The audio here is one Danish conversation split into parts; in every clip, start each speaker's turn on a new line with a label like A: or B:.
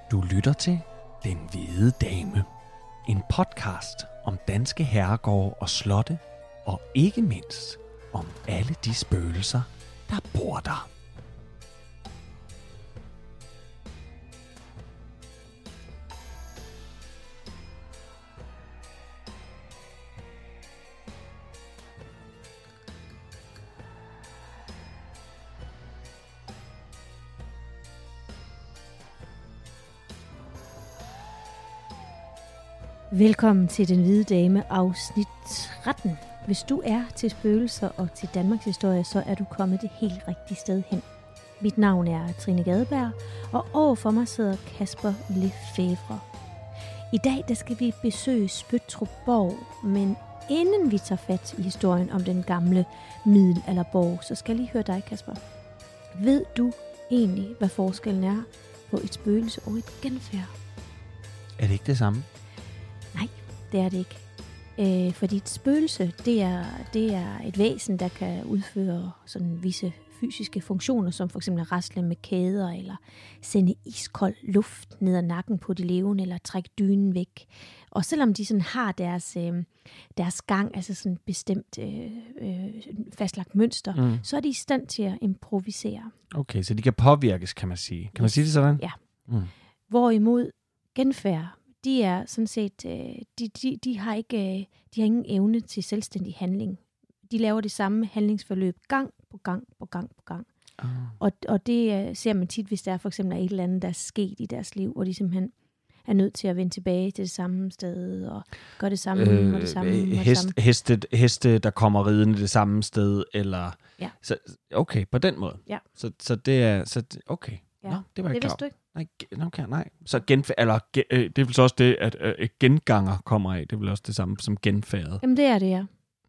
A: Du lytter til Den Hvide Dame. En podcast om danske herregårde og slotte, og ikke mindst om alle de spøgelser, der bor der.
B: Velkommen til Den Hvide Dame, afsnit 13. Hvis du er til spøgelser og til Danmarks historie, så er du kommet det helt rigtige sted hen. Mit navn er Trine Gadeberg, og overfor mig sidder Kasper Lefevre. I dag der skal vi besøge Spøttrup Borg, men inden vi tager fat i historien om den gamle middelalderborg, så skal jeg lige høre dig, Kasper. Ved du egentlig, hvad forskellen er på et spøgelse og et genfærd?
A: Er det ikke det samme?
B: Nej, det er det ikke. Fordi et spøgelse, det er et væsen, der kan udføre sådan visse fysiske funktioner, som for eksempel at rasle med kæder, eller sende iskold luft ned ad nakken på de levende, eller trække dynen væk. Og selvom de sådan har deres gang, altså sådan bestemt fastlagt mønster, så er de i stand til at improvisere.
A: Okay, så de kan påvirkes, kan man sige. Kan man sige det sådan?
B: Ja. Hvorimod genfærd, de er sådan set, de har ingen evne til selvstændig handling. De laver det samme handlingsforløb gang på gang. Og det ser man tit, hvis der er for eksempel et eller andet, der er sket i deres liv, og de simpelthen er nødt til at vende tilbage til det samme sted, og gøre det samme, og det samme, og det samme.
A: Heste, der kommer ridende det samme sted, eller...
B: Ja.
A: Så, okay, på den måde.
B: Ja.
A: Så det er... Okay.
B: Ja.
A: Nå, det var ikke
B: det
A: klart.
B: vidste du ikke?
A: Nej. Så det er vel så også det, at genganger kommer af. Det er vel også det samme som genfærdet.
B: Jamen det er det, ja.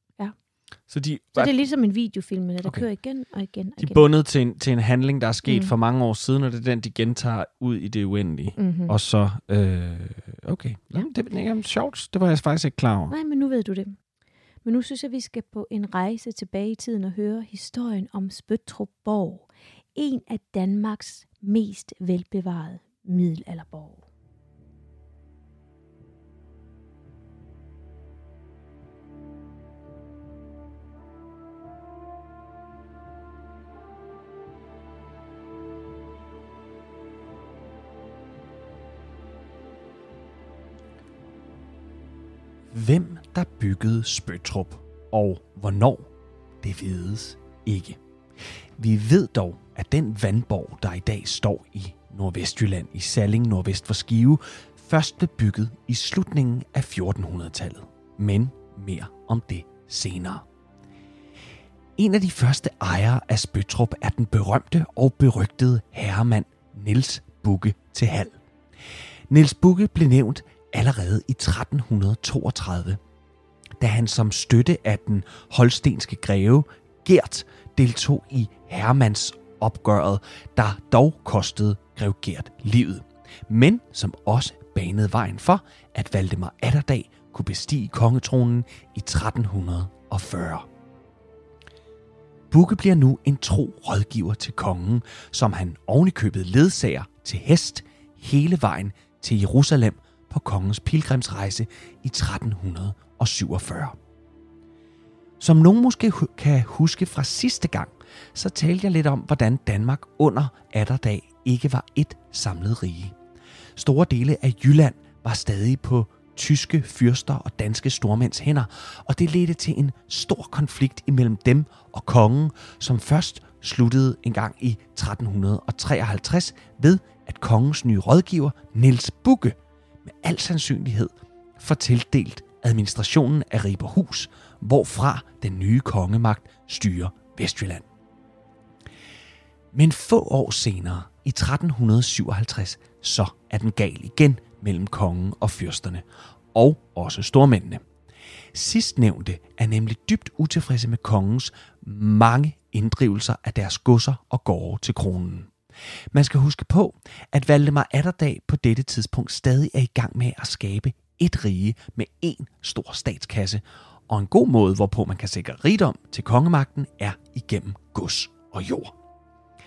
A: Så
B: det er ligesom en videofilm, der kører igen og igen.
A: De er bundet til en handling, der er sket for mange år siden, og det er den, de gentager ud i det uendelige.
B: Mm-hmm.
A: Og så... okay. Ja. Det er sjovt. Det var jeg faktisk ikke klar over.
B: Nej, men nu ved du det. Men nu synes jeg, vi skal på en rejse tilbage i tiden og høre historien om Spøttrup Borg. En af Danmarks mest velbevarede middelalderborg.
A: Hvem der byggede Spøttrup, og hvornår, det vides ikke. Vi ved dog, at den vandborg, der i dag står i Nordvestjylland i Salling nordvest for Skive, først blev bygget i slutningen af 1400-tallet. Men mere om det senere. En af de første ejere af Spøttrup er den berømte og berygtede herremand Niels Bugge til Hald. Niels Bugge blev nævnt allerede i 1332, da han som støtte af den holstenske greve Gert deltog i herremandsopgøret, der dog kostede grev Gert livet, men som også banede vejen for, at Valdemar Atterdag kunne bestige kongetronen i 1340. Bugge bliver nu en tro rådgiver til kongen, som han ovenikøbet ledsager til hest hele vejen til Jerusalem på kongens pilgrimsrejse i 1347. Som nogen måske kan huske fra sidste gang, så talte jeg lidt om, hvordan Danmark under Atterdag ikke var et samlet rige. Store dele af Jylland var stadig på tyske fyrster og danske stormænds hænder, og det ledte til en stor konflikt imellem dem og kongen, som først sluttede en gang i 1353 ved, at kongens nye rådgiver, Niels Bugge, med al sandsynlighed får tildelt administrationen af Riberhus, hvorfra den nye kongemagt styrer Vestjylland. Men få år senere, i 1357, så er den gal igen mellem kongen og fyrsterne, og også stormændene. Sidstnævnte er nemlig dybt utilfredse med kongens mange inddrivelser af deres godser og gårde til kronen. Man skal huske på, at Valdemar Atterdag på dette tidspunkt stadig er i gang med at skabe et rige med en stor statskasse, og en god måde, hvorpå man kan sikre rigdom til kongemagten, er igennem gods og jord.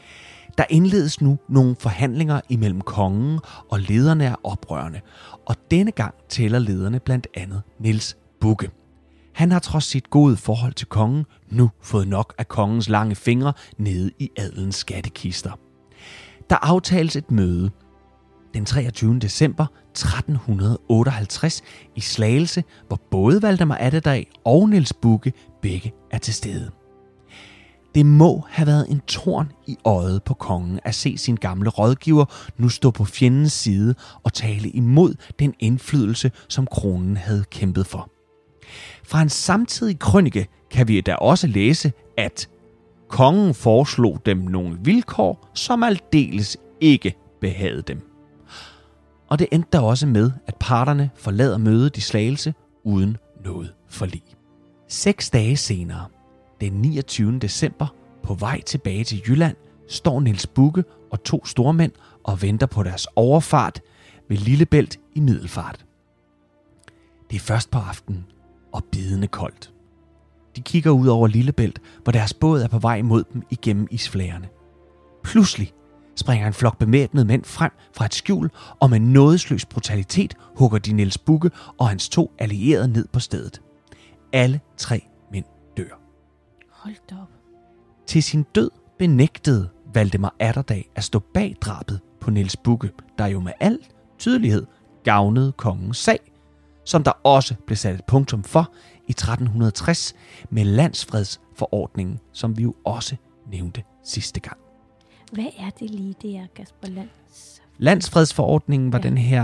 A: Der indledes nu nogle forhandlinger imellem kongen og lederne af oprørerne, og denne gang tæller lederne blandt andet Niels Bugge. Han har trods sit gode forhold til kongen nu fået nok af kongens lange fingre nede i adelens skattekister. Der aftales et møde den 23. december 1358 i Slagelse, hvor både Valdemar Atterdag og Niels Bugge begge er til stede. Det må have været en torn i øjet på kongen at se sin gamle rådgiver nu stå på fjendens side og tale imod den indflydelse, som kronen havde kæmpet for. Fra en samtidig krønike kan vi da også læse, at kongen foreslog dem nogle vilkår, som aldeles ikke behagede dem. Og det endte da også med, at parterne forlader mødet i Slagelse uden noget forlig. 6 dage senere, den 29. december, på vej tilbage til Jylland, står Niels Bugge og 2 stormænd og venter på deres overfart ved Lillebælt i Middelfart. Det er først på aftenen og bidende koldt. De kigger ud over Lillebælt, hvor deres båd er på vej mod dem igennem isflagerne. Pludselig springer en flok bevæbnede mænd frem fra et skjul, og med nådesløs brutalitet hugger de Niels Bugge og hans 2 allierede ned på stedet. Alle 3 mænd dør.
B: Hold da op.
A: Til sin død benægtede Valdemar Atterdag at stå bag drabet på Niels Bugge, der jo med al tydelighed gavnede kongens sag, som der også blev sat et punktum for i 1360 med landsfredsforordningen, som vi jo også nævnte sidste gang.
B: Hvad er det lige, det er, Kasper Lands?
A: Landsfredsforordningen var den her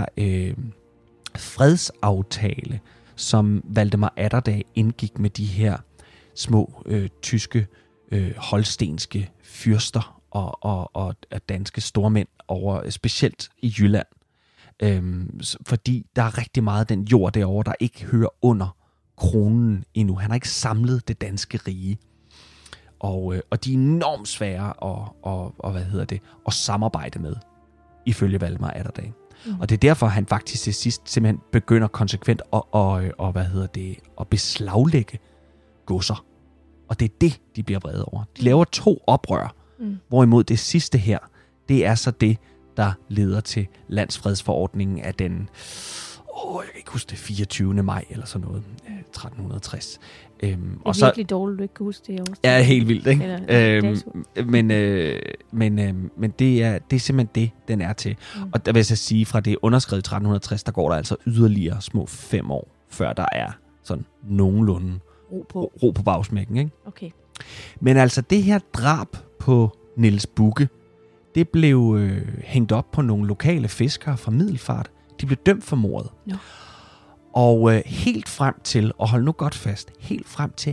A: fredsaftale, som Valdemar Atterdag indgik med de her små tyske holstenske fyrster og danske stormænd over, specielt i Jylland. Fordi der er rigtig meget af den jord derovre, der ikke hører under kronen endnu. Han har ikke samlet det danske rige. Og de er enormt svære at samarbejde med, ifølge Valdemar Atterdag. Og det er derfor, han faktisk til sidst simpelthen begynder konsekvent at beslaglægge godser. Og det er det, de bliver vrede over. De laver 2 oprør, hvorimod det sidste her, det er så det, der leder til landsfredsforordningen af den, jeg kan ikke huske det, 24. maj eller sådan noget, 1360.
B: Det er virkelig dårligt, du ikke kan huske det.
A: Ja, helt vildt, ikke? Men det er simpelthen det, den er til. Og der vil jeg så sige, fra det underskrevet i 1360, der går der altså yderligere små 5 år, før der er sådan nogenlunde ro på bagsmækken, ikke?
B: Okay.
A: Men altså det her drab på Niels Bugge, det blev hængt op på nogle lokale fiskere fra Middelfart. De blev dømt for mordet. No. Og helt frem til, og hold nu godt fast, helt frem til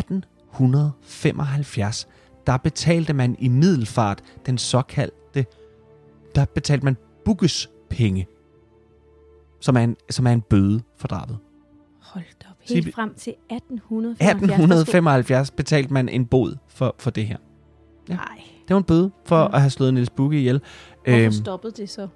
A: 1875, der betalte man i Middelfart den såkaldte, der betalte man Bugges penge, som er en bøde for drabet.
B: Hold da op. Helt frem til
A: 1875 betalte man en bod for det her. Ja.
B: Nej.
A: Det var en bøde for at have slået Niels Bugge ihjel.
B: Hvorfor stoppede det så?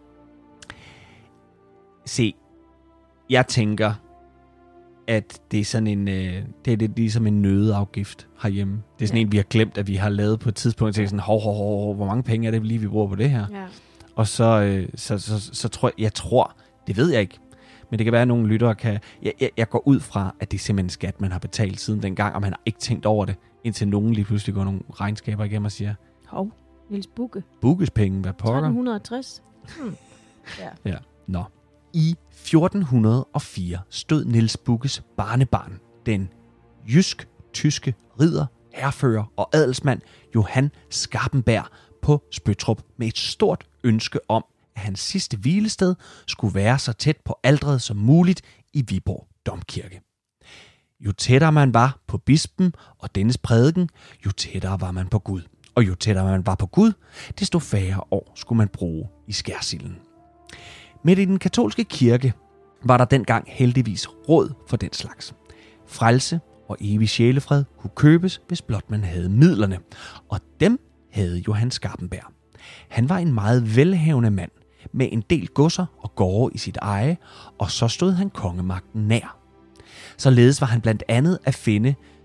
A: Se, jeg tænker, at det er sådan en, det er lidt ligesom en nøddeafgift herhjemme. Det er sådan en, vi har glemt, at vi har lavet på et tidspunkt. Så sådan, hvor mange penge er det lige, vi bruger på det her? Ja. Og så tror jeg, det ved jeg ikke, men det kan være, at nogle lyttere kan. Jeg går ud fra, at det er simpelthen en skat, man har betalt siden dengang, og man har ikke tænkt over det, indtil nogen lige pludselig går nogle regnskaber igennem og siger,
B: Niels Bugge.
A: Bugges penge, hvad pokker?
B: 1360.
A: Ja. Nå. I 1404 stod Niels Bugges barnebarn, den jysk-tyske ridder, hærfører og adelsmand Johan Skarpenberg på Spøttrup med et stort ønske om, at hans sidste hvilested skulle være så tæt på alteret som muligt i Viborg Domkirke. Jo tættere man var på bispen og dennes prædiken, jo tættere var man på Gud. Og jo tættere man var på Gud, desto færre år skulle man bruge i skærsilden. Men i den katolske kirke var der dengang heldigvis råd for den slags. Frelse og evig sjælefred kunne købes, hvis blot man havde midlerne. Og dem havde Johan Skarpenberg. Han var en meget velhavende mand med en del godser og gårde i sit eje, og så stod han kongemagten nær. Således var han blandt andet at finde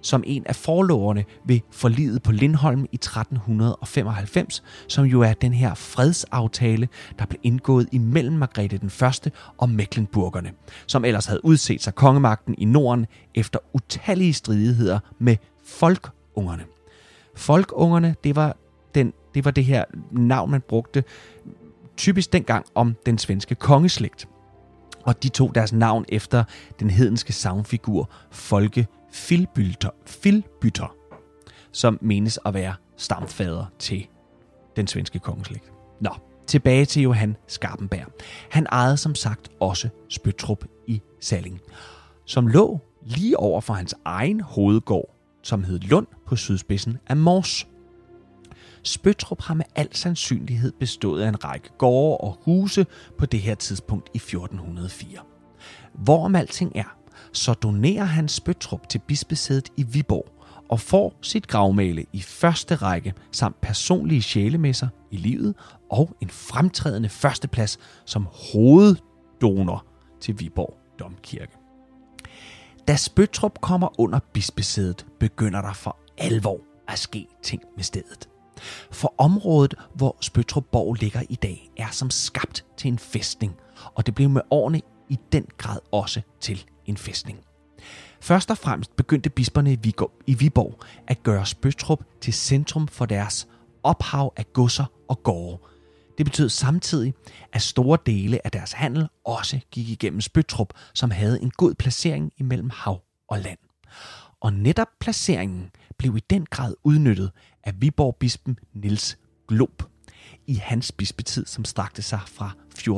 A: som en af forloverne ved forliget på Lindholm i 1395, som jo er den her fredsaftale, der blev indgået imellem Margrethe den Første og Mecklenburgerne, som ellers havde udset sig kongemagten i Norden efter utallige stridigheder med folkeungerne. Folkeungerne, det var det her navn, man brugte typisk dengang om den svenske kongeslægt. Og de tog deres navn efter den hedenske sagnfigur Folke Filbytter, som menes at være stamfader til den svenske kongeslægt. Nå, tilbage til Johan Skarpenberg. Han ejede som sagt også Spøttrup i Salling, som lå lige over for hans egen hovedgård, som hed Lund på sydspidsen af Mors. Spøttrup har med al sandsynlighed bestået af en række gårde og huse på det her tidspunkt i 1404. Hvorom alting er, så donerer han Spøttrup til bispesædet i Viborg og får sit gravmæle i første række samt personlige sjælemesser i livet og en fremtrædende førsteplads som hoveddonor til Viborg Domkirke. Da Spøttrup kommer under bispesædet, begynder der for alvor at ske ting med stedet. For området, hvor Spøttrup Borg ligger i dag, er som skabt til en fæstning, og det blev med årene i den grad også til en fæstning. Først og fremmest begyndte bisperne i Viborg at gøre Spøttrup til centrum for deres ophav af godser og gårde. Det betød samtidig, at store dele af deres handel også gik igennem Spøttrup, som havde en god placering imellem hav og land. Og netop placeringen blev i den grad udnyttet af Viborg-bispen Niels Glob i hans bispetid, som strakte sig fra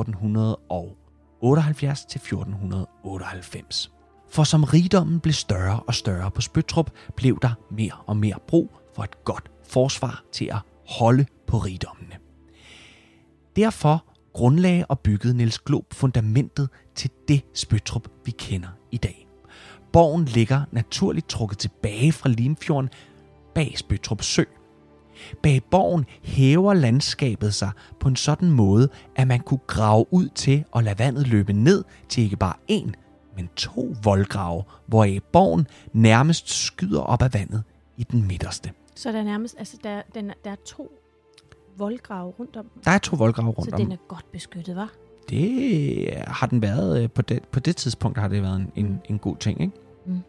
A: 1478 til 1498. For som rigdommen blev større og større på Spøttrup, blev der mere og mere brug for et godt forsvar til at holde på rigdommene. Derfor grundlagde og byggede Niels Glob fundamentet til det Spøttrup, vi kender i dag. Borgen ligger naturligt trukket tilbage fra Limfjorden bag Spøttrup Sø. Bag borgen hæver landskabet sig på en sådan måde, at man kunne grave ud til at lade vandet løbe ned til ikke bare én, men 2 voldgrave, hvoraf borgen nærmest skyder op af vandet i den midterste.
B: Så der er nærmest, altså der er 2 voldgrave rundt om?
A: Der er 2 voldgrave rundt om.
B: Så den er godt beskyttet, hva'?
A: Det har den været. På det tidspunkt har det været en god ting, ikke? Mm.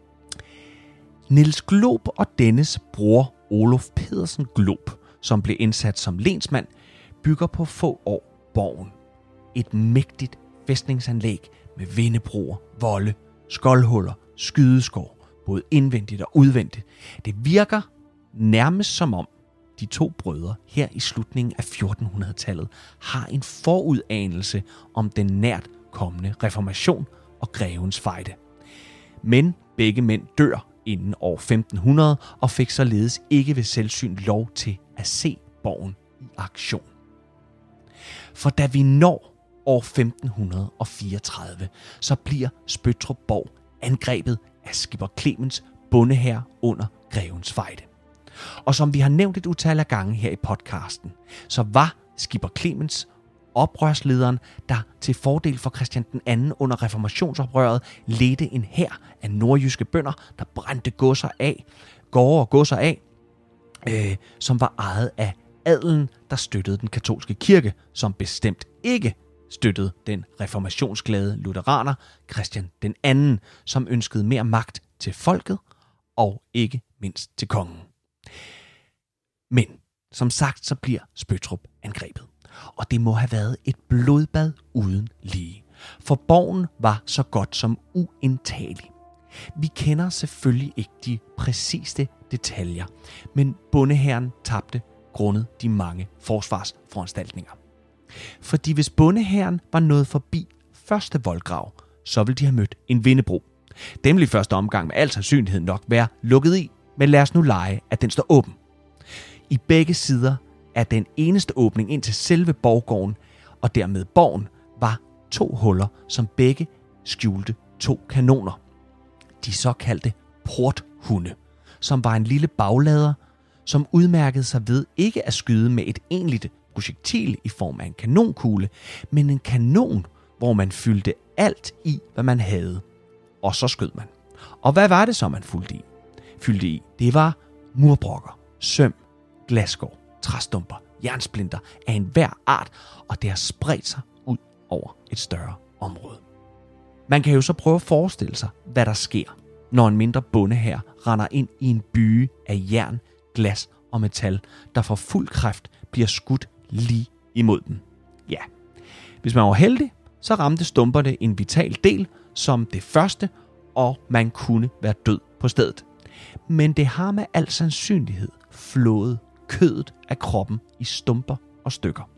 A: Niels Glob og dennes bror Olof Pedersen Glob, som blev indsat som lensmand, bygger på få år borgen. Et mægtigt fæstningsanlæg med vindebroer, volde, skoldhuller, skydeskår, både indvendigt og udvendigt. Det virker nærmest som om de 2 brødre her i slutningen af 1400-tallet har en forudanelse om den nært kommende reformation og grevens fejde. Men begge mænd dør inden år 1500 og fik således ikke ved selvsyn lov til at se borgen i aktion. For da vi når år 1534, så bliver Spøttrup Borg angrebet af skipper Clemens bondehær under grevens fejde. Og som vi har nævnt et utal af gange her i podcasten, så var skipper Clemens oprørslederen, der til fordel for Christian den anden under reformationsoprøret ledte en hær af nordjyske bønder, der brændte gårde og godser af, som var ejet af adelen, der støttede den katolske kirke, som bestemt ikke støttede den reformationsglade lutheraner Christian den anden, som ønskede mere magt til folket og ikke mindst til kongen. Men som sagt, så bliver Spøttrup angrebet. Og det må have været et blodbad uden lige. For borgen var så godt som uindtagelig. Vi kender selvfølgelig ikke de præcise detaljer, men bondehæren tabte grundet de mange forsvarsforanstaltninger. Fordi hvis bondehæren var nået forbi første voldgrav, så ville de have mødt en vindebro. Den ville i første omgang med al sandsynlighed nok være lukket i, men lad os nu lege, at den står åben. I begge sider af den eneste åbning ind til selve borggården, og dermed borgen, var 2 huller, som begge skjulte 2 kanoner. De såkaldte porthunde, som var en lille baglader, som udmærkede sig ved ikke at skyde med et egentligt projektil i form af en kanonkugle, men en kanon, hvor man fyldte alt i, hvad man havde. Og så skød man. Og hvad var det så, man fyldte i? fyldte i, det var murbrokker, søm, glasskår, træstumper, jernsplinter af enhver art, og det har spredt sig ud over et større område. Man kan jo så prøve at forestille sig, hvad der sker, når en mindre bonde her render ind i en byge af jern, glas og metal, der for fuld kraft bliver skudt lige imod dem. Ja, hvis man var heldig, så ramte stumperne en vital del som det første, og man kunne være død på stedet. Men det har med al sandsynlighed flået kødet af kroppen i stumper og stykker.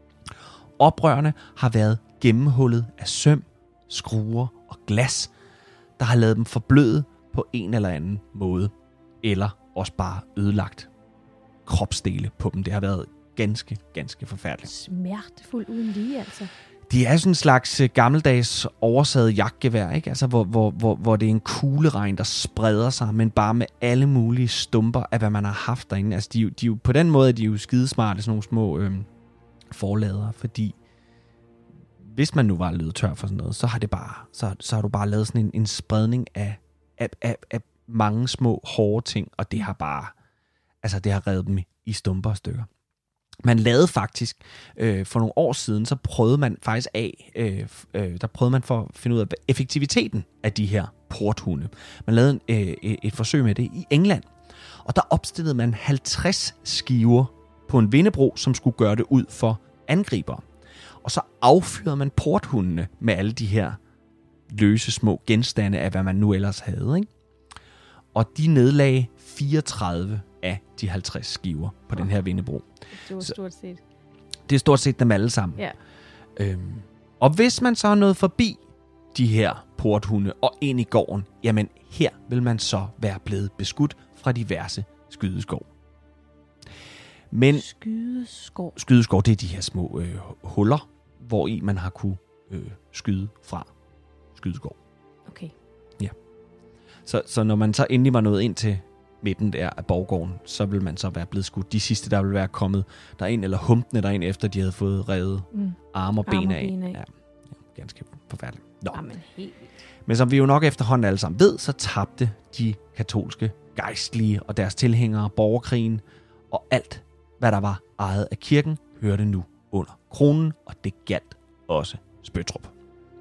A: Oprørerne har været gennemhullet af søm, skruer og glas, der har lavet dem forbløde på en eller anden måde, eller også bare ødelagt kropsdele på dem. Det har været ganske, ganske forfærdeligt.
B: Smertefuldt uden lige, altså.
A: De er sådan en slags gammeldags oversaget jagtgevær, ikke? Altså, hvor det er en kugleregn, der spreder sig, men bare med alle mulige stumper af, hvad man har haft derinde. Altså, de er jo på den måde, de er jo skidesmarte, sådan nogle små forladere, fordi hvis man nu var løbet tør for sådan noget, så har det bare, så har du bare lavet sådan en spredning af mange små hårde ting, og det har bare, altså det har revet dem i stumper og stykker. Man lavede faktisk, for nogle år siden, så prøvede man faktisk der prøvede man for at finde ud af effektiviteten af de her porthunde. Man lavede et forsøg med det i England, og der opstillede man 50 skiver på en vindebro, som skulle gøre det ud for angribere. Og så affyrede man porthundene med alle de her løse små genstande af, hvad man nu ellers havde, ikke? Og de nedlagde 34 af de 50 skiver på den her vindebro.
B: Det var stort set.
A: Det er stort set dem alle sammen.
B: Ja.
A: Og hvis man så er nået forbi de her porthunde og ind i gården, jamen her vil man så være blevet beskudt fra diverse skydeskår. Men skydeskår, det er de her små huller, hvor i man har kunne skyde fra skydeskår.
B: Okay.
A: Ja. Så når man så endelig var nået ind til midten der af borggården, så vil man så være blevet skudt. De sidste, der vil være kommet derind, eller humpende derind, efter de havde fået revet arme og ben af. Ja, ganske forfærdeligt. Nå.
B: Jamen, helt.
A: Men som vi jo nok efterhånden alle sammen ved, så tabte de katolske gejstlige og deres tilhængere borgerkrigen, og alt, hvad der var ejet af kirken, hørte nu under kronen, og det galt også Spøttrup.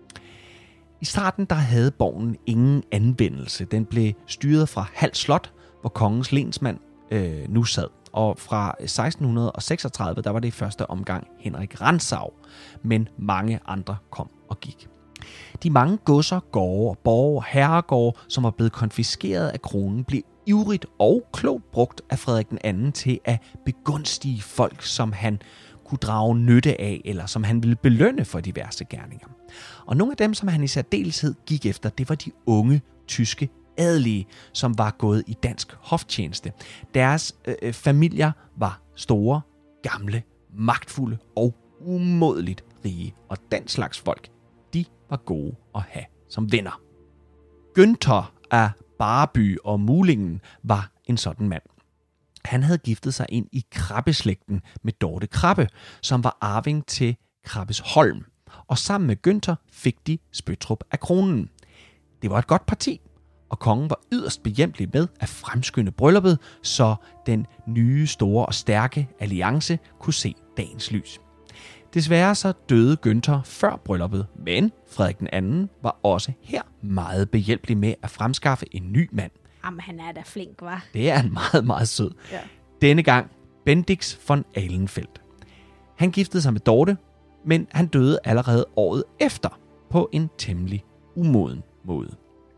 A: I starten der havde borgen ingen anvendelse. Den blev styret fra Hald Slot, hvor kongens lensmand nu sad. Og fra 1636, der var det i første omgang Henrik Rantzau, men mange andre kom og gik. De mange godser, gårde, borge og herregårde, som var blevet konfiskeret af kronen, blev ivrigt og klogt brugt af Frederik II til at begunstige folk, som han kunne drage nytte af, eller som han ville belønne for diverse gerninger. Og nogle af dem, som han i særdeleshed gik efter, det var de unge tyske adelige, som var gået i dansk hoftjeneste. Deres familier var store, gamle, magtfulde og umådeligt rige, og den slags folk, de var gode at have som venner. Günther af Barby og Mulingen var en sådan mand. Han havde giftet sig ind i Krabbeslægten med Dorte Krabbe, som var arving til Krabbesholm, og sammen med Günther fik de Spøttrup af kronen. Det var et godt parti, og kongen var yderst behjælpelig med at fremskynde brylluppet, så den nye, store og stærke alliance kunne se dagens lys. Desværre så døde Günther før brylluppet, men Frederik II var også her meget behjælpelig med at fremskaffe en ny mand.
B: Jamen, han er da flink, hva'?
A: Det er en meget, meget sød.
B: Ja.
A: Denne gang Bendix von Ahlenfeldt. Han giftede sig med Dorte, men han døde allerede året efter på en temmelig umoden måde.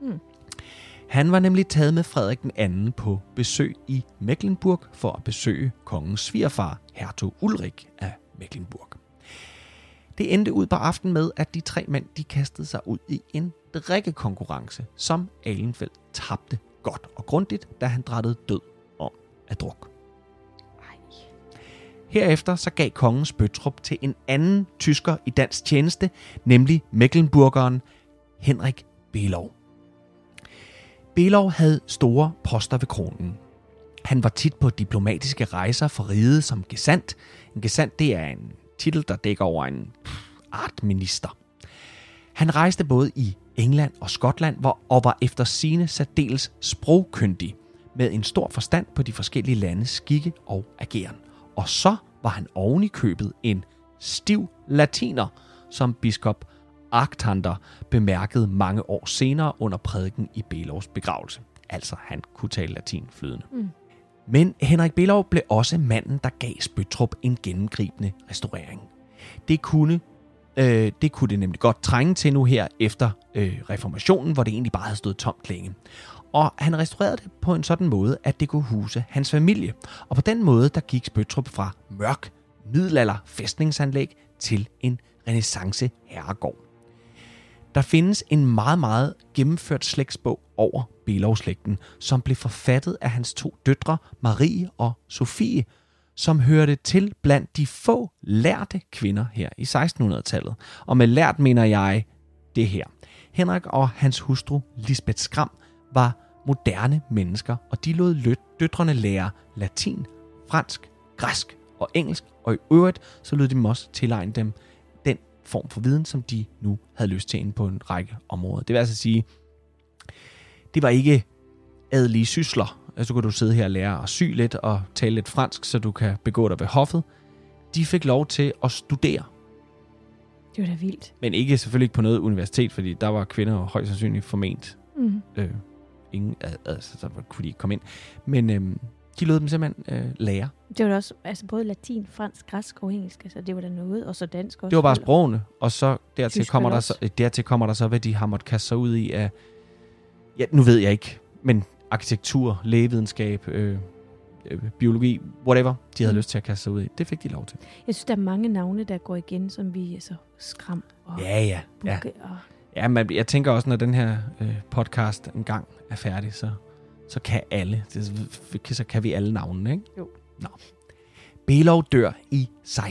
A: Han var nemlig taget med Frederik II på besøg i Mecklenburg for at besøge kongens svigerfar, hertug Ulrik af Mecklenburg. Det endte ud på aftenen med, at de tre mænd de kastede sig ud i en drikkekonkurrence, som Ahlenfeldt tabte godt og grundigt, da han drattede død om at drukke. Herefter så gav kongen Spøttrup til en anden tysker i dansk tjeneste, nemlig Mecklenburgeren Henrik Below. Below havde store poster ved kronen. Han var tit på diplomatiske rejser for riget som gesandt. En gesandt, det er en titel, der dækker over en artminister. Han rejste både i England og Skotland og var efter sigende særdeles sprogkyndig, med en stor forstand på de forskellige landes skikke og ageren. Og så var han oven i købet en stiv latiner, som biskop Arctander bemærkede mange år senere under prædiken i Belovs begravelse. Altså, han kunne tale latin flydende. Men Henrik Belov blev også manden, der gav Spøttrup en gennemgribende restaurering. Det kunne det nemlig godt trænge til nu her efter reformationen, hvor det egentlig bare havde stået tomt længe. Og han restaurerede det på en sådan måde, at det kunne huse hans familie. Og på den måde, der gik Spøttrup fra mørk middelalder fæstningsanlæg til en renæssance herregård. Der findes en meget, meget gennemført slægtsbog over Belov-slægten, som blev forfattet af hans 2 døtre, Marie og Sofie, som hørte til blandt de få lærte kvinder her i 1600-tallet. Og med lært mener jeg det her. Henrik og hans hustru Lisbeth Skram var moderne mennesker, og de lod døtrene lære latin, fransk, græsk og engelsk, og i øvrigt så lod de dem også tilegne dem den form for viden, som de nu havde lyst til inde på en række områder. Det vil altså sige, det var ikke adelige sysler. Altså, så kunne du sidde her og lære at sy lidt og tale lidt fransk, så du kan begå dig ved hoffet. De fik lov til at studere.
B: Det var da vildt.
A: Men selvfølgelig ikke på noget universitet, fordi der var kvinder højst sandsynligt forment. Ingen, altså, så kunne de ikke komme ind. Men de lod dem simpelthen lære.
B: Det var da også både latin, fransk, græsk og engelsk. Altså, det var da noget, og så dansk også.
A: Det var bare sprogene, og så dertil kommer der så, hvad de har måttet kaste sig ud i af, ja, nu ved jeg ikke, men arkitektur, lægevidenskab, biologi, whatever, de havde lyst til at kaste sig ud i. Det fik de lov til. Jeg
B: synes, der er mange navne, der går igen, som vi altså Skram og Bukke.
A: Ja, men jeg tænker også, når den her podcast engang er færdig, så kan alle, så kan vi alle navnene, ikke?
B: Jo.
A: Nå. Belov dør i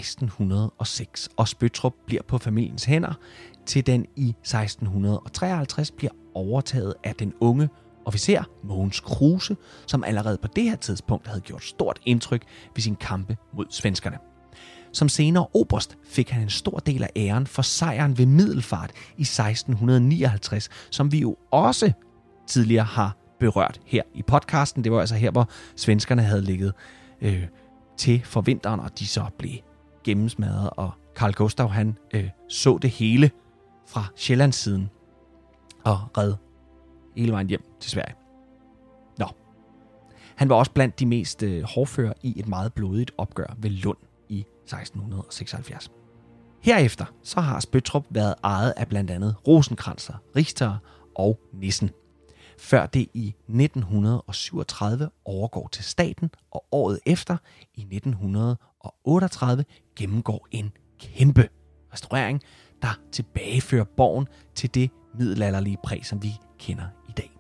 A: 1606, og Spøttrup bliver på familiens hænder, til den i 1653 bliver overtaget af den unge officer Mogens Kruse, som allerede på det her tidspunkt havde gjort stort indtryk ved sin kampe mod svenskerne. Som senere oberst fik han en stor del af æren for sejren ved Middelfart i 1659, som vi jo også tidligere har berørt her i podcasten. Det var altså her, hvor svenskerne havde ligget til for vinteren, og de så blev gennemsmadret, og Carl Gustaf han så det hele fra Sjællandssiden og red hele vejen hjem til Sverige. Nå. Han var også blandt de mest hårdføre i et meget blodigt opgør ved Lund i 1676. Herefter så har Spøttrup været ejet af blandt andet Rosenkranzer, Richter og Nissen, før det i 1937 overgår til staten, og året efter, i 1938, gennemgår en kæmpe restaurering, der tilbagefører borgen til det middelalderlige præg, som vi kender i dag.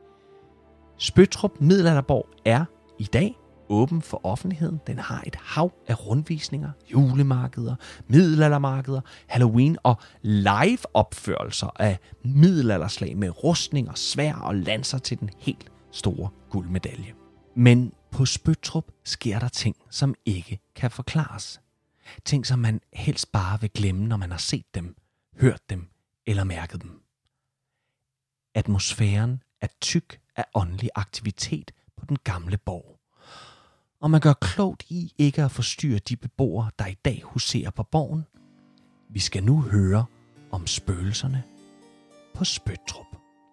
A: Spøttrup Middelalderborg er i dag åben for offentligheden. Den har et hav af rundvisninger, julemarkeder, middelaldermarkeder, Halloween og live-opførelser af middelalderslag med rustninger, sværd og lanser til den helt store guldmedalje. Men på Spøttrup sker der ting, som ikke kan forklares. Ting, som man helst bare vil glemme, når man har set dem, hørt dem eller mærket dem. Atmosfæren er tyk af åndelig aktivitet på den gamle borg. Og man gør klogt i ikke at forstyrre de beboere, der i dag huserer på borgen. Vi skal nu høre om spøgelserne på Spøttrup.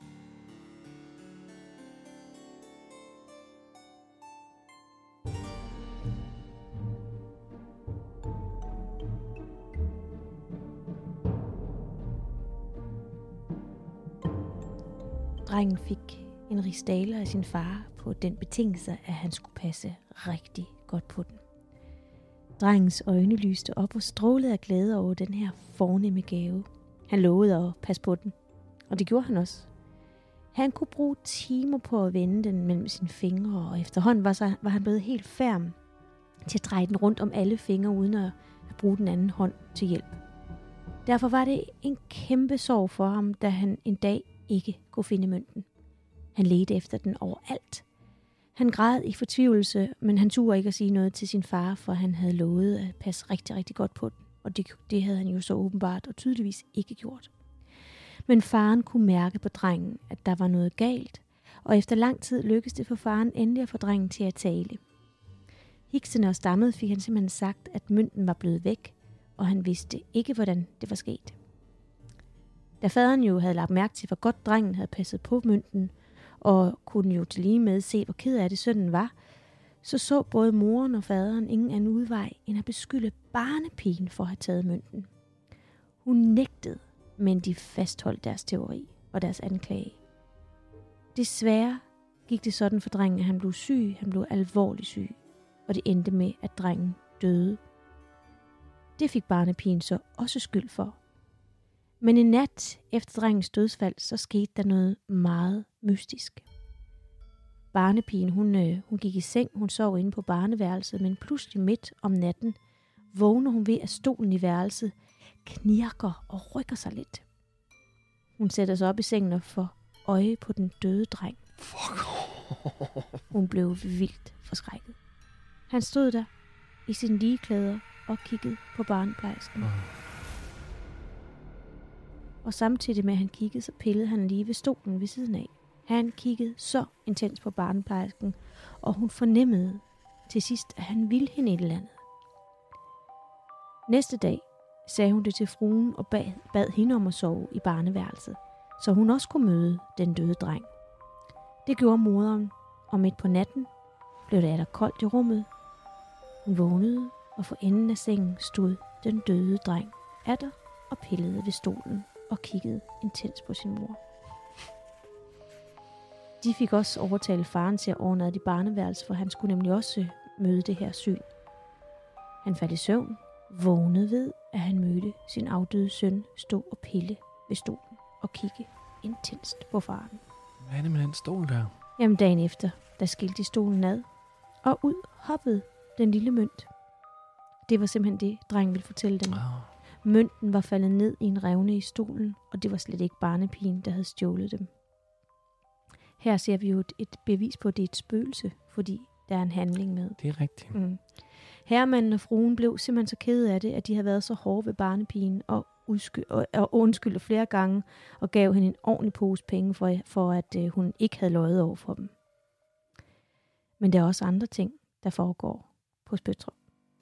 B: Drengen fik en rigsdaler af sin far på den betingelse, at han skulle passe rigtig godt på den. Drengens øjne lyste op og strålede af glæde over den her fornemme gave. Han lovede at passe på den, og det gjorde han også. Han kunne bruge timer på at vende den mellem sine fingre, og efterhånden var han blevet helt færm til at dreje den rundt om alle fingre, uden at bruge den anden hånd til hjælp. Derfor var det en kæmpe sorg for ham, da han en dag ikke kunne finde mønten. Han ledte efter den overalt. Han græd i fortvivlelse, men han turde ikke at sige noget til sin far, for han havde lovet at passe rigtig, rigtig godt på den. Og det havde han jo så åbenbart og tydeligvis ikke gjort. Men faren kunne mærke på drengen, at der var noget galt, og efter lang tid lykkedes det for faren endelig at få drengen til at tale. Hiksende og stammet fik han simpelthen sagt, at mønten var blevet væk, og han vidste ikke, hvordan det var sket. Da faderen jo havde lagt mærke til, hvor godt drengen havde passet på mønten, og kunne jo til lige med se, hvor ked af det sønnen var, så både moren og faderen ingen anden udvej, end at beskylde barnepigen for at have taget mønten. Hun nægtede, men de fastholdt deres teori og deres anklage. Desværre gik det sådan for drengen, at han blev syg, han blev alvorligt syg, og det endte med, at drengen døde. Det fik barnepigen så også skyld for. Men en nat efter drengens dødsfald, så skete der noget meget mystisk. Barnepigen, hun gik i seng, hun sov inde på barneværelset, men pludselig midt om natten vågner hun ved, at stolen i værelset knirker og rykker sig lidt. Hun sætter sig op i sengen og får øje på den døde dreng.
A: Fuck.
B: Hun blev vildt forskrækket. Han stod der i sine ligeklæder og kiggede på barneplejersken. Og samtidig med at han kiggede, så pillede han lige ved stolen ved siden af. Han kiggede så intens på barneplejersken, og hun fornemmede til sidst, at han ville hende et eller andet. Næste dag sagde hun det til fruen og bad hende om at sove i barneværelset, så hun også kunne møde den døde dreng. Det gjorde moderen, og midt på natten blev det koldt i rummet. Hun vågnede, og for enden af sengen stod den døde dreng atter og pillede ved stolen og kiggede intens på sin mor. De fik også overtalt faren til at overnatte i barneværelset, for han skulle nemlig også møde det her syn. Han faldt i søvn, vågnede ved, at han mødte sin afdøde søn stå og pille ved stolen og kigge intenst på faren.
A: Hvad er det med den stol der?
B: Jamen dagen efter, der skilte de stolen ad, og ud hoppede den lille mønt. Det var simpelthen det, drengen ville fortælle dem. Mønten var faldet ned i en revne i stolen, og det var slet ikke barnepigen, der havde stjålet dem. Her ser vi jo et bevis på, at det er et spøgelse, fordi der er en handling med.
A: Det er rigtigt.
B: Herremanden og fruen blev simpelthen så kede af det, at de havde været så hårde ved barnepigen og undskyldte flere gange og gav hende en ordentlig pose penge for at hun ikke havde løjet over for dem. Men der er også andre ting, der foregår på Spøttrup.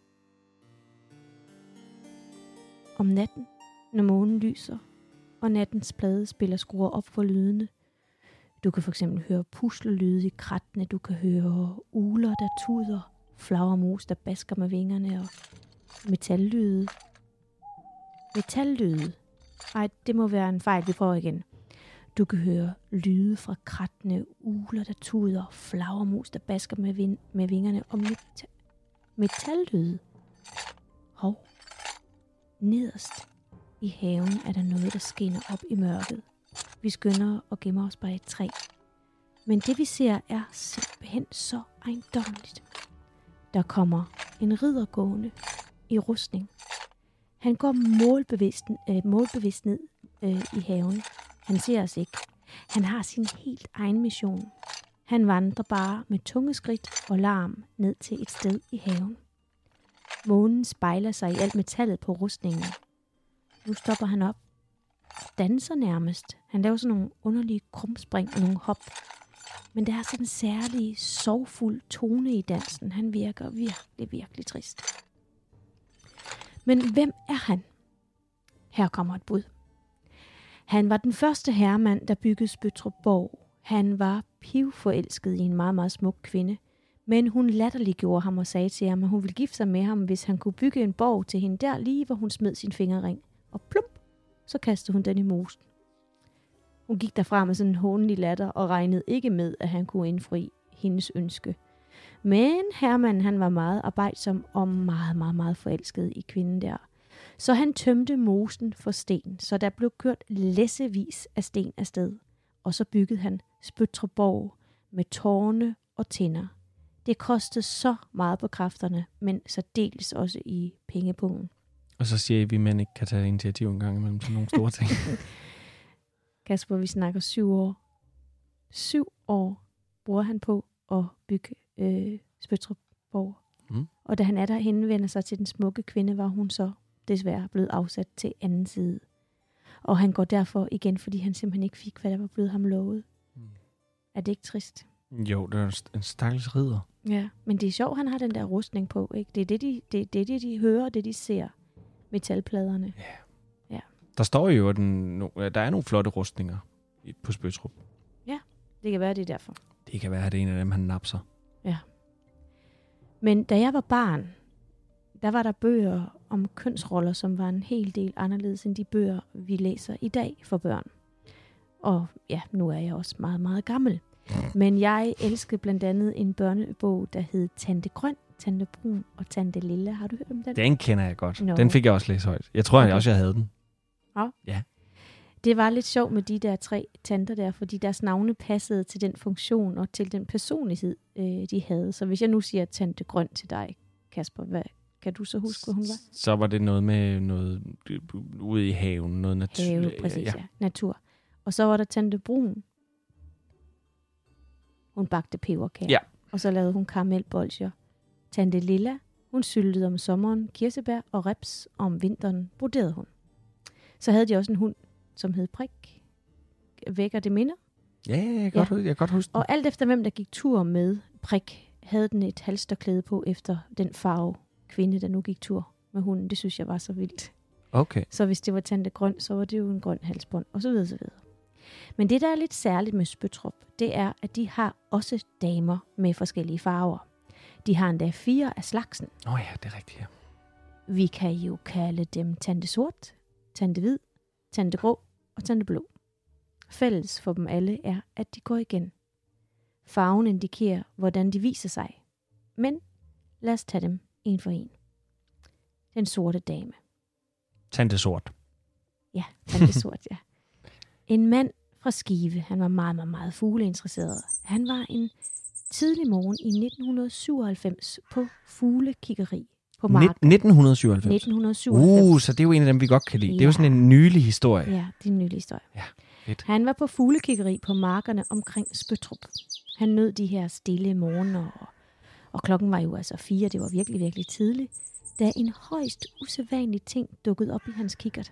B: Om natten, når månen lyser, og nattens plade spiller skruer op for lydene. Du kan fx høre puslelyde i krattene, du kan høre ugler, der tuder, flagermus, der basker med vingerne, og metallyde. Metallyde? Ej, det må være en fejl, vi prøver igen. Du kan høre lyde fra krattene, ugler, der tuder, flagermus, der basker med vingerne, og metallyde. Hov. Nederst i haven er der noget, der skinner op i mørket. Vi skynder og gemmer os bag et træ. Men det vi ser er simpelthen så ejendommeligt. Der kommer en ridder gående i rustning. Han går målbevidst ned i haven. Han ser os ikke. Han har sin helt egen mission. Han vandrer bare med tunge skridt og larm ned til et sted i haven. Månen spejler sig i alt metallet på rustningen. Nu stopper han op. Danser nærmest. Han laver sådan nogle underlige krumspring og nogle hop. Men der er sådan en særlig sorgfuld tone i dansen. Han virker virkelig, virkelig trist. Men hvem er han? Her kommer et bud. Han var den første herremand, der byggede Spøttrup Borg. Han var pivforelsket i en meget, meget smuk kvinde. Men hun latterliggjorde ham og sagde til ham, at hun ville gifte sig med ham, hvis han kunne bygge en borg til hende der, lige hvor hun smed sin fingerring. Og plump, så kastede hun den i mosen. Hun gik derfra med sådan en hånlig latter og regnede ikke med, at han kunne indfri hendes ønske. Men herremanden, han var meget arbejdsom og meget, meget, meget forelsket i kvinden der. Så han tømte mosen for sten, så der blev kørt læssevis af sten afsted. Og så byggede han Spøttrup Borg med tårne og tinder. Det kostede så meget på kræfterne, men så dels også i pengepungen. Og
A: så siger I, at vi mænd ikke kan tage initiativ en gang imellem til nogle store ting.
B: Kasper, vi snakker 7 år. 7 år bruger han på at bygge Spøttrup Borg. Og da han er der henvender sig til den smukke kvinde, var hun så desværre blevet afsat til anden side. Og han går derfor igen, fordi han simpelthen ikke fik, hvad der var blevet ham lovet. Er det ikke trist?
A: Jo, det er en stakkels ridder.
B: Ja, men det er sjovt, han har den der rustning på, ikke? Det er det, de hører, det de ser. Metalpladerne.
A: Ja. Der står jo, at der er nogle flotte rustninger på Spøttrup.
B: Ja, det kan være, det er derfor.
A: Det kan være, at det er en af dem, han napser.
B: Ja. Men da jeg var barn, der var der bøger om kønsroller, som var en hel del anderledes end de bøger, vi læser i dag for børn. Og ja, nu er jeg også meget, meget gammel. Men jeg elskede blandt andet en børnebog, der hed Tante Grøn, Tante Brun og Tante Lille. Har du hørt om den?
A: Den kender jeg godt.
B: No.
A: Den fik jeg også læst højt. Jeg tror også, jeg havde den.
B: Ja. Det var lidt sjovt med de der 3 tanter der, fordi deres navne passede til den funktion og til den personlighed, de havde. Så hvis jeg nu siger Tante Grøn til dig, Kasper, hvad kan du så huske, hvad hun var?
A: Så var det noget med noget ude i haven, noget natur.
B: Have, præcis, ja. Natur. Og så var der Tante Brun. Hun bagte peberkager.
A: Ja.
B: Og så lavede hun karamelbolsjer. Tante Lilla, hun syltede om sommeren kirsebær og reps, og om vinteren broderede hun. Så havde de også en hund, som hed Prik. Vækker det minder?
A: Ja, jeg kan godt huske den.
B: Og alt efter hvem der gik tur med Prik, havde den et halsterklæde på efter den farve kvinde, der nu gik tur med hunden. Det synes jeg var så vildt.
A: Okay.
B: Så hvis det var Tante Grøn, så var det jo en grøn halsbånd, og så videre, så videre. Men det, der er lidt særligt med Spøttrup, det er, at de har også damer med forskellige farver. De har endda 4 af slagsen.
A: Ja, det er rigtigt, ja.
B: Vi kan jo kalde dem Tante Sort, Tante Hvid, Tante Grå og Tante Blå. Fælles for dem alle er, at de går igen. Farven indikerer, hvordan de viser sig. Men lad os tage dem en for en. Den sorte dame.
A: Tante Sort.
B: Ja, Tante Sort, ja. En mand fra Skive, han var meget, meget, meget fugleinteresseret. Han var en tidlig morgen i 1997 på fuglekiggeri på marken.
A: 1997?
B: 1997.
A: Så det er jo en af dem, vi godt kan lide. Ja. Det er jo sådan en nylig historie.
B: Ja, det er en nylig historie.
A: Ja, fedt.
B: Han var på fuglekiggeri på markerne omkring Spøttrup. Han nød de her stille morgener, og klokken var jo altså 4, det var virkelig, virkelig tidligt, da en højst usædvanlig ting dukkede op i hans kikkert.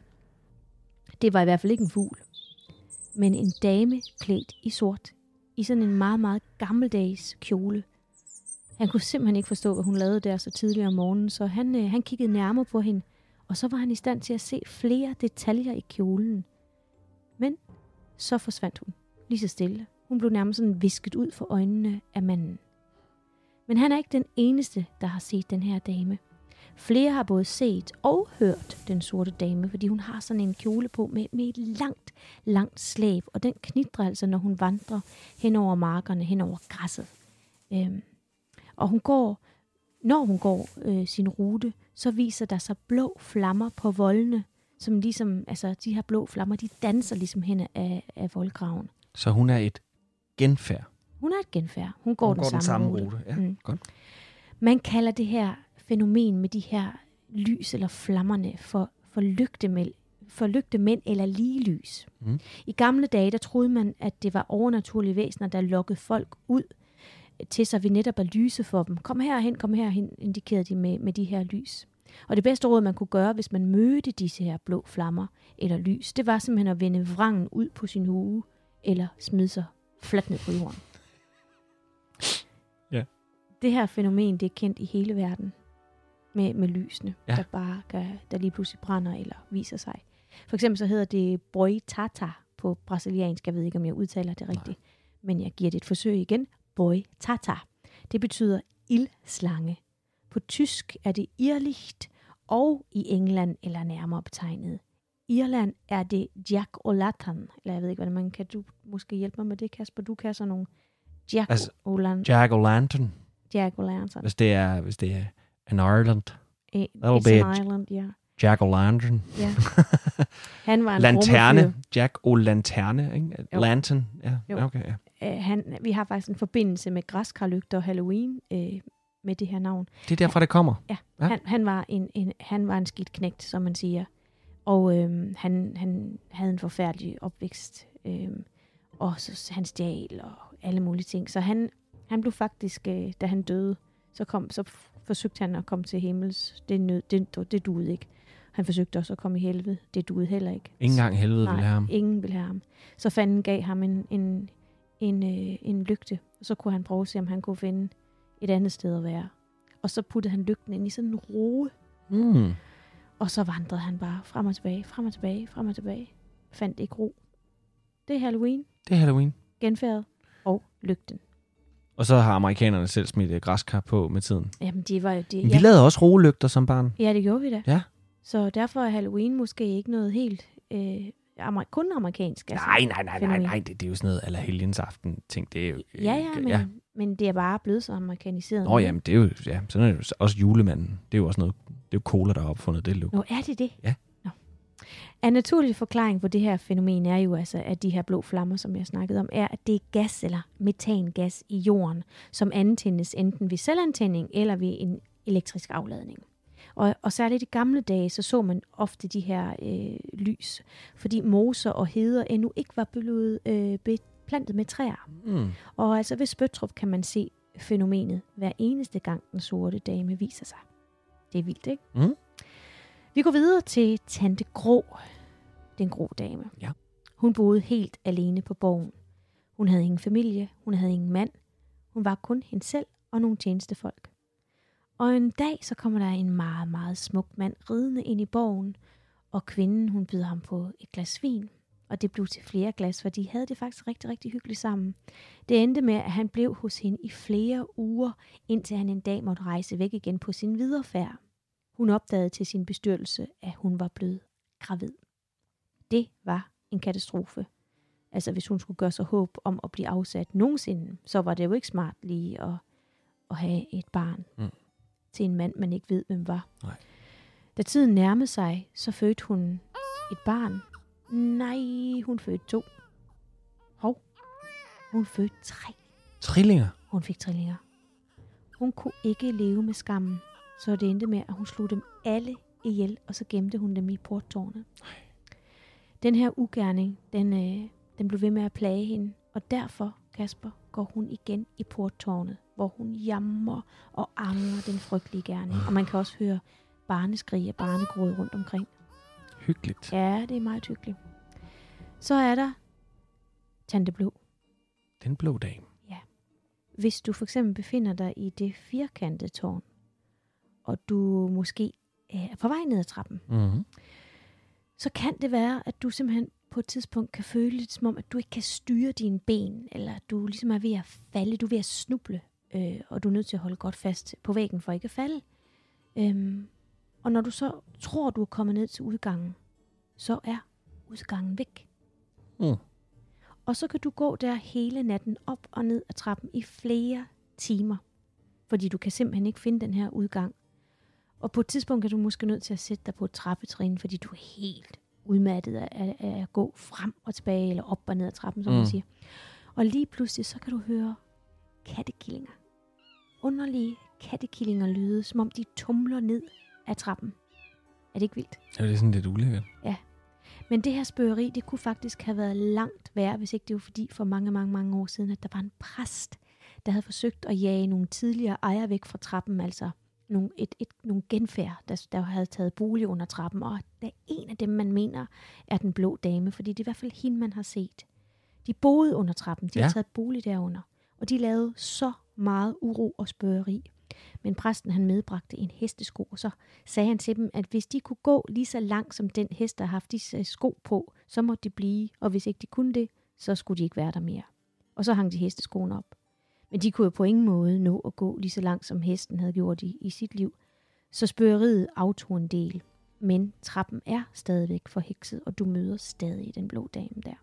B: Det var i hvert fald ikke en fugl, men en dame klædt i sort, i sådan en meget, meget gammeldags kjole. Han kunne simpelthen ikke forstå, hvad hun lavede der så tidligt om morgenen, så han kiggede nærmere på hende, og så var han i stand til at se flere detaljer i kjolen. Men så forsvandt hun, lige så stille. Hun blev nærmest sådan visket ud for øjnene af manden. Men han er ikke den eneste, der har set den her dame. Flere har både set og hørt den sorte dame, fordi hun har sådan en kjole på med et langt, langt slæb, og den knitrer altså, når hun vandrer hen over markerne, hen over græsset. Og når hun går sin rute, så viser der sig blå flammer på voldene, som ligesom, altså de her blå flammer, de danser ligesom hen af voldgraven.
A: Så hun er et genfærd?
B: Hun er et genfærd. Hun går den samme rute.
A: Ja, godt.
B: Man kalder det her fænomen med de her lys eller flammerne for lygtemænd eller ligelys. Mm. I gamle dage, der troede man, at det var overnaturlige væsener, der lokkede folk ud til sig ved netop at lyse for dem. Kom herhen, indikerede de med de her lys. Og det bedste råd, man kunne gøre, hvis man mødte disse her blå flammer eller lys, det var simpelthen at vende vrangen ud på sin hue eller smide sig fladt ned på jorden.
A: Ja.
B: Det her fænomen, det er kendt i hele verden med lysene, der lige pludselig brænder eller viser sig. For eksempel så hedder det boitata på brasiliansk. Jeg ved ikke, om jeg udtaler det rigtigt, men jeg giver det et forsøg igen. Boitata. Det betyder ildslange. På tysk er det Irrlicht, og i England, eller nærmere betegnet Irland, er det Jack-o'-lantern. Eller jeg ved ikke, hvordan man kan. Du måske hjælpe mig med det, Kasper? Du kan sådan nogle Jack-o'-lantern.
A: Jack-o'-lantern.
B: Jack-o'-lantern.
A: Hvis det er en Ireland.
B: It's an Ireland, ja.
A: Jack-o'-lantern.
B: Ja. Han var en
A: lanterne. Jack-o'-lanterne, ikke?
B: Jo.
A: Lantern. Ja,
B: jo.
A: Okay, ja.
B: Vi har faktisk en forbindelse med græskarlygter og Halloween med det her navn.
A: Det er derfra, det kommer?
B: Ja. Han var en skidt knægt, som man siger. Og han havde en forfærdelig opvækst. Og så han stjal og alle mulige ting. Så han blev faktisk, da han døde, så forsøgte han at komme til himmels. Det duede ikke. Han forsøgte også at komme i helvede. Det duede heller ikke.
A: Ingen gang helvede ville have ham.
B: Ingen ville have ham. Så fanden gav ham en lygte, og så kunne han prøve at se, om han kunne finde et andet sted at være. Og så puttede han lygten ind i sådan en roe. Og så vandrede han bare frem og tilbage, frem og tilbage, frem og tilbage. Fandt ikke ro. Det er Halloween.
A: Det er Halloween.
B: Genfærdet og lygten.
A: Og så har amerikanerne selv smidt græskar på med tiden.
B: Jamen, det var jo det.
A: Vi lavede også roelygter som barn.
B: Ja, det gjorde vi da.
A: Ja.
B: Så derfor er Halloween måske ikke noget helt kun amerikansk. Altså,
A: nej. Det er jo sådan noget allerhelgens aften ting. Det er jo,
B: men det er bare blevet så amerikaniseret.
A: Nå, jamen, det er jo, ja, sådan er det jo også julemanden. Det er jo også noget, det er jo cola, der har opfundet det.
B: Nå, er det det?
A: Ja.
B: Nå. En naturlig forklaring på det her fænomen er jo altså, at de her blå flammer, som jeg snakkede om, er, at det er gas eller metangas i jorden, som antændes enten ved selvantænding eller ved en elektrisk afladning. Og særligt i gamle dage, så man ofte de her lys, fordi moser og heder endnu ikke var blevet beplantet med træer. Og altså ved Spøttrup kan man se fænomenet hver eneste gang, den sorte dame viser sig. Det er vildt, ikke? Vi går videre til Tante Grå, den grå dame.
A: Ja.
B: Hun boede helt alene på borgen. Hun havde ingen familie, hun havde ingen mand. Hun var kun hende selv og nogle tjenestefolk. Og en dag, så kommer der en meget, meget smuk mand ridende ind i borgen, og kvinden, hun byder ham på et glas vin. Og det blev til flere glas, for de havde det faktisk rigtig, rigtig hyggeligt sammen. Det endte med, at han blev hos hende i flere uger, indtil han en dag måtte rejse væk igen på sin viderefærd. Hun opdagede til sin bestyrtelse, at hun var blevet gravid. Det var en katastrofe. Altså, hvis hun skulle gøre sig håb om at blive afsat nogensinde, så var det jo ikke smart lige at have et barn til en mand, man ikke ved, hvem var.
A: Nej.
B: Da tiden nærmede sig, så fødte hun et barn. Nej, hun fødte 2. Hun fødte 3.
A: Trillinger?
B: Hun fik trillinger. Hun kunne ikke leve med skammen, så det endte med, at hun slog dem alle ihjel, og så gemte hun dem i porttårnet. Den her ugerning, den blev ved med at plage hende, og derfor, Kasper, går hun igen i porttårnet, hvor hun jammer og angrer den frygtelige gerning. Og man kan også høre barneskrig og barnegråd rundt omkring.
A: Hyggeligt.
B: Ja, det er meget hyggeligt. Så er der Tante Blå.
A: Den blå dame.
B: Ja. Hvis du for eksempel befinder dig i det firkantede tårn, og du måske er på vej ned ad trappen, så kan det være, at du simpelthen på et tidspunkt kan føle det som om, at du ikke kan styre dine ben, eller at du ligesom er ved at falde, du er ved at snuble, og du er nødt til at holde godt fast på væggen for ikke at falde. Og når du så tror, du er kommet ned til udgangen, så er udgangen væk. Og så kan du gå der hele natten op og ned ad trappen i flere timer, fordi du kan simpelthen ikke finde den her udgang. Og på et tidspunkt er du måske nødt til at sætte dig på et trappetrin, fordi du er helt udmattet af at gå frem og tilbage, eller op og ned ad trappen, som man siger. Og lige pludselig, så kan du høre kattekillinger. Underlige kattekillinger lyde, som om de tumler ned af trappen. Er det ikke vildt?
A: Ja, det er sådan lidt ulækkert.
B: Ja. Men det her spøgeri, det kunne faktisk have været langt værre, hvis ikke det var fordi for mange, mange, mange år siden, at der var en præst, der havde forsøgt at jage nogle tidligere ejere væk fra trappen, altså nogle genfærd, der havde taget bolig under trappen, og der er en af dem, man mener, er den blå dame, fordi det er i hvert fald hende, man har set. De boede under trappen, de har taget bolig derunder, og de lavede så meget uro og spøgeri. Men præsten, han medbragte en hestesko, og så sagde han til dem, at hvis de kunne gå lige så langt, som den hest, der har haft disse sko på, så måtte de blive, og hvis ikke de kunne det, så skulle de ikke være der mere. Og så hang de hesteskoen op. Men de kunne jo på ingen måde nå at gå lige så langt, som hesten havde gjort i sit liv. Så spøgeriet aftog en del. Men trappen er stadigvæk forhekset, og du møder stadig den blå dame der.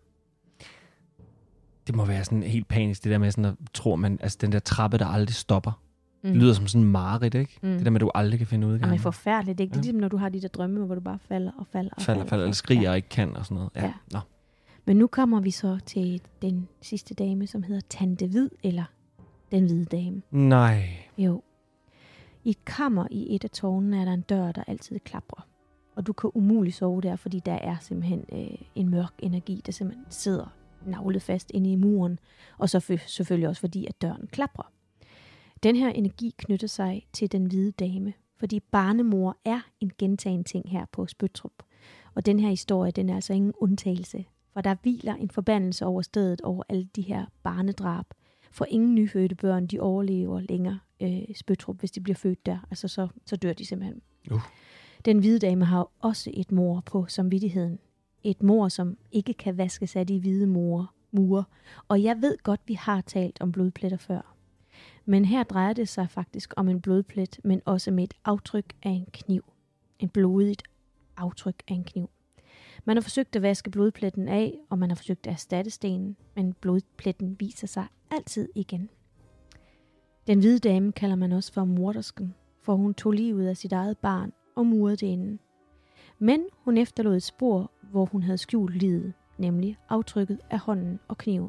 A: Det må være sådan helt panisk, det der med sådan at tror man, altså den der trappe, der aldrig stopper. Det lyder som sådan en mareridt, ikke? Det der med, at du aldrig kan finde udgang.
B: Jamen forfærdeligt, ikke? Det er ligesom, når du har de der drømme, hvor du bare falder, eller
A: skriger og ikke kan og sådan noget. Ja. Nå.
B: Men nu kommer vi så til den sidste dame, som hedder Tante Hvid, eller den hvide dame.
A: Nej.
B: Jo. I et kammer i et af tårnene er der en dør, der altid klaprer. Og du kan umuligt sove der, fordi der er simpelthen en mørk energi, der simpelthen sidder naglet fast inde i muren. Og så selvfølgelig også fordi, at døren klaprer. Den her energi knytter sig til den hvide dame, fordi barnemor er en gentagen ting her på Spøttrup. Og den her historie, den er altså ingen undtagelse For der hviler en forbandelse over stedet, over alle de her barnedrab. For ingen nyfødte børn, de overlever længere Spøttrup, hvis de bliver født der. Altså så dør de simpelthen. Den hvide dame har også et mord på samvittigheden. Et mord, som ikke kan vaskes af de hvide mure. Og jeg ved godt, vi har talt om blodpletter før. Men her drejer det sig faktisk om en blodplet, men også med et aftryk af en kniv. En blodigt aftryk af en kniv. Man har forsøgt at vaske blodpletten af, og man har forsøgt at erstatte stenen, men blodpletten viser sig altid igen. Den hvide dame kalder man også for mordersken, for hun tog livet af sit eget barn og murede det inden. Men hun efterlod et spor, hvor hun havde skjult livet, nemlig aftrykket af hånden og kniven.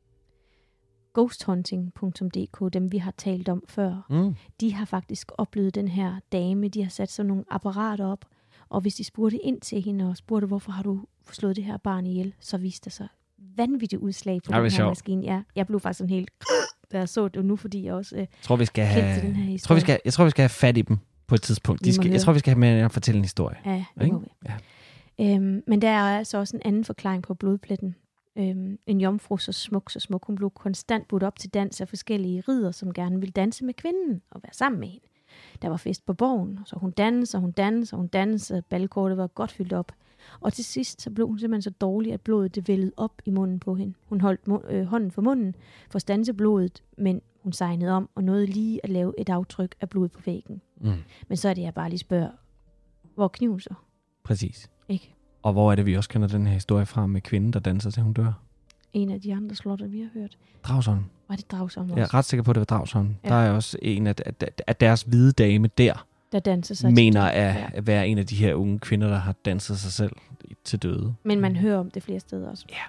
B: Ghosthunting.dk, dem vi har talt om før, de har faktisk oplevet den her dame. De har sat sådan nogle apparater op, og hvis de spurgte ind til hende og spurgte, hvorfor har du slået det her barn ihjel, så viste der sig vanvittigt udslag på den her maskine. Ja, jeg blev faktisk sådan helt, da jeg så det nu, fordi jeg også
A: tror, vi skal have,
B: den her historie.
A: Jeg tror, vi skal have fat i dem på et tidspunkt. Jeg tror, vi skal have med at fortælle en historie.
B: Ja, det må vi. Ja. Men der er altså også en anden forklaring på blodpletten. En jomfru så smuk. Hun blev konstant budt op til dans af forskellige ridder, som gerne ville danse med kvinden og være sammen med hende. Der var fest på borgen, så hun dansede, ballekortet var godt fyldt op. Og til sidst så blev hun simpelthen så dårlig, at blodet det vældede op i munden på hende. Hun holdt hånden for munden for at standse blodet, men hun sejnede om og nåede lige at lave et aftryk af blod på væggen. Men så er det, jeg bare lige spørger, hvor er kniven så?
A: Præcis.
B: Ikke?
A: Og hvor er det, vi også kender den her historie fra med kvinden, der danser til hun dør?
B: En af de andre slotter, vi har hørt.
A: Dragsholm.
B: Var det Dragsholm også?
A: Jeg er ret sikker på, at det var Dragsholm. Ja. Der er også en af deres hvide dame der
B: danser sig
A: mener at være en af de her unge kvinder, der har danset sig selv til døde.
B: Men man hører om det flere steder også.
A: Ja.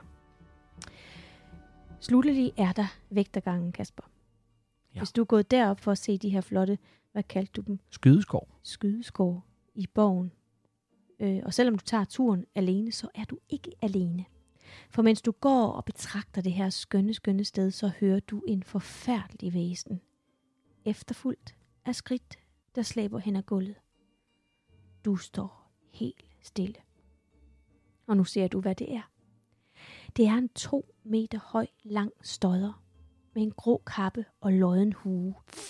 B: Slutteligt er der vægtergangen, Kasper. Ja. Hvis du er gået derop for at se de her flotte, hvad kaldte du dem? Skydeskår i borgen. Og selvom du tager turen alene, så er du ikke alene. For mens du går og betragter det her skønne sted, så hører du en forfærdelig væsen. Efterfulgt af skridt, der slæber hen ad gulvet. Du står helt stille. Og nu ser du, hvad det er. Det er en 2 meter høj, lang stodder med en grå kappe og lodden hue.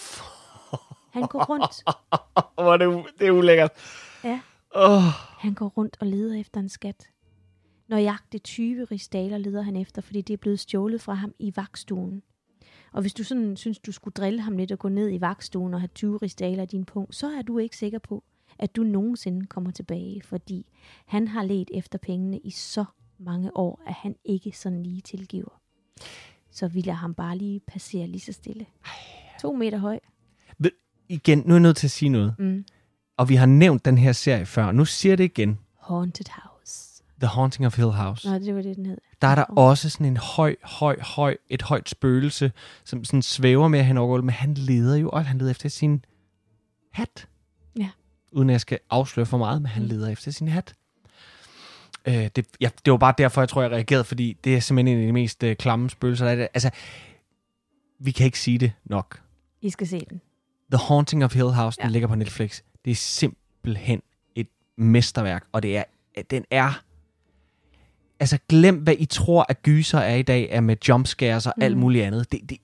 B: Han går rundt.
A: Det er ulækkert.
B: Ja. Han går rundt og leder efter en skat. Nøjagtigt 20 rigsdaler leder han efter, fordi det er blevet stjålet fra ham i vagtstuen. Og hvis du sådan synes, du skulle drille ham lidt og gå ned i vagtstuen og have 20 rigsdaler i din punkt, så er du ikke sikker på, at du nogensinde kommer tilbage, fordi han har ledt efter pengene i så mange år, at han ikke sådan lige tilgiver. Så vi lader ham bare lige passere lige så stille. 2 meter høj.
A: Igen, nu er jeg nødt til at sige noget. Og vi har nævnt den her serie før. Nu siger det igen.
B: Haunted House.
A: The Haunting of Hill House.
B: Nå, det var det, den hed.
A: Der er der også sådan en et højt spøgelse, som sådan svæver med hen over gulvet, men han leder jo, og han leder efter sin hat.
B: Ja.
A: Uden at jeg skal afsløre for meget, men han leder efter sin hat. Det var bare derfor, jeg tror, jeg reagerede, fordi det er simpelthen en af de mest klamme spøgelser, der er det. Altså, vi kan ikke sige det nok.
B: I skal se den.
A: The Haunting of Hill House, den ligger på Netflix. Det er simpelthen et mesterværk, og den er... Altså, glem hvad I tror, at gyser er i dag, er med jumpscares og alt muligt andet. Det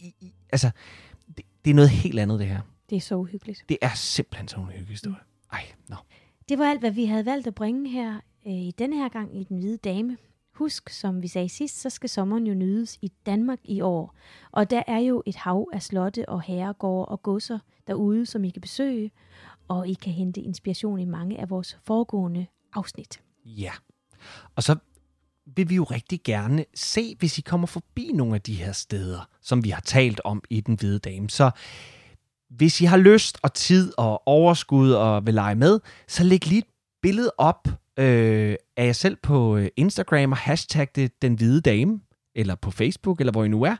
A: er noget helt andet, det her.
B: Det er så uhyggeligt.
A: Det er simpelthen så uhyggeligt.
B: Det var alt, hvad vi havde valgt at bringe her i denne her gang i Den Hvide Dame. Husk, som vi sagde sidst, så skal sommeren jo nydes i Danmark i år. Og der er jo et hav af slotte og herregårde og godser derude, som I kan besøge. Og I kan hente inspiration i mange af vores foregående afsnit.
A: Ja, og så vil vi jo rigtig gerne se, hvis I kommer forbi nogle af de her steder, som vi har talt om i Den Hvide Dame. Så hvis I har lyst og tid og overskud og vil lege med, så læg lige et billede op af jer selv på Instagram og hashtag det Den Hvide Dame, eller på Facebook, eller hvor I nu er.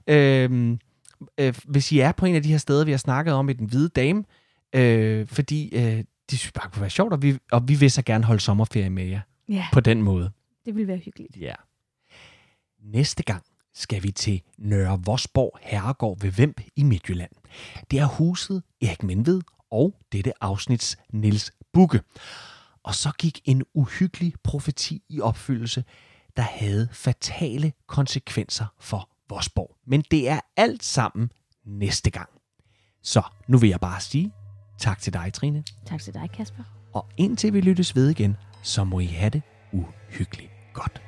A: Hvis I er på en af de her steder, vi har snakket om i Den Hvide Dame, fordi det synes bare kunne være sjovt, og vi vil så gerne holde sommerferie med jer på den måde.
B: Det vil være hyggeligt.
A: Ja. Næste gang skal vi til Nørre Vosborg Herregård ved Vemb i Midtjylland. Det er huset Erik Menved og dette afsnits Niels Bugge. Og så gik en uhyggelig profeti i opfyldelse, der havde fatale konsekvenser for Vosborg. Men det er alt sammen næste gang. Så nu vil jeg bare sige tak til dig, Trine.
B: Tak til dig, Kasper.
A: Og indtil vi lyttes ved igen, så må I have det uhyggeligt godt.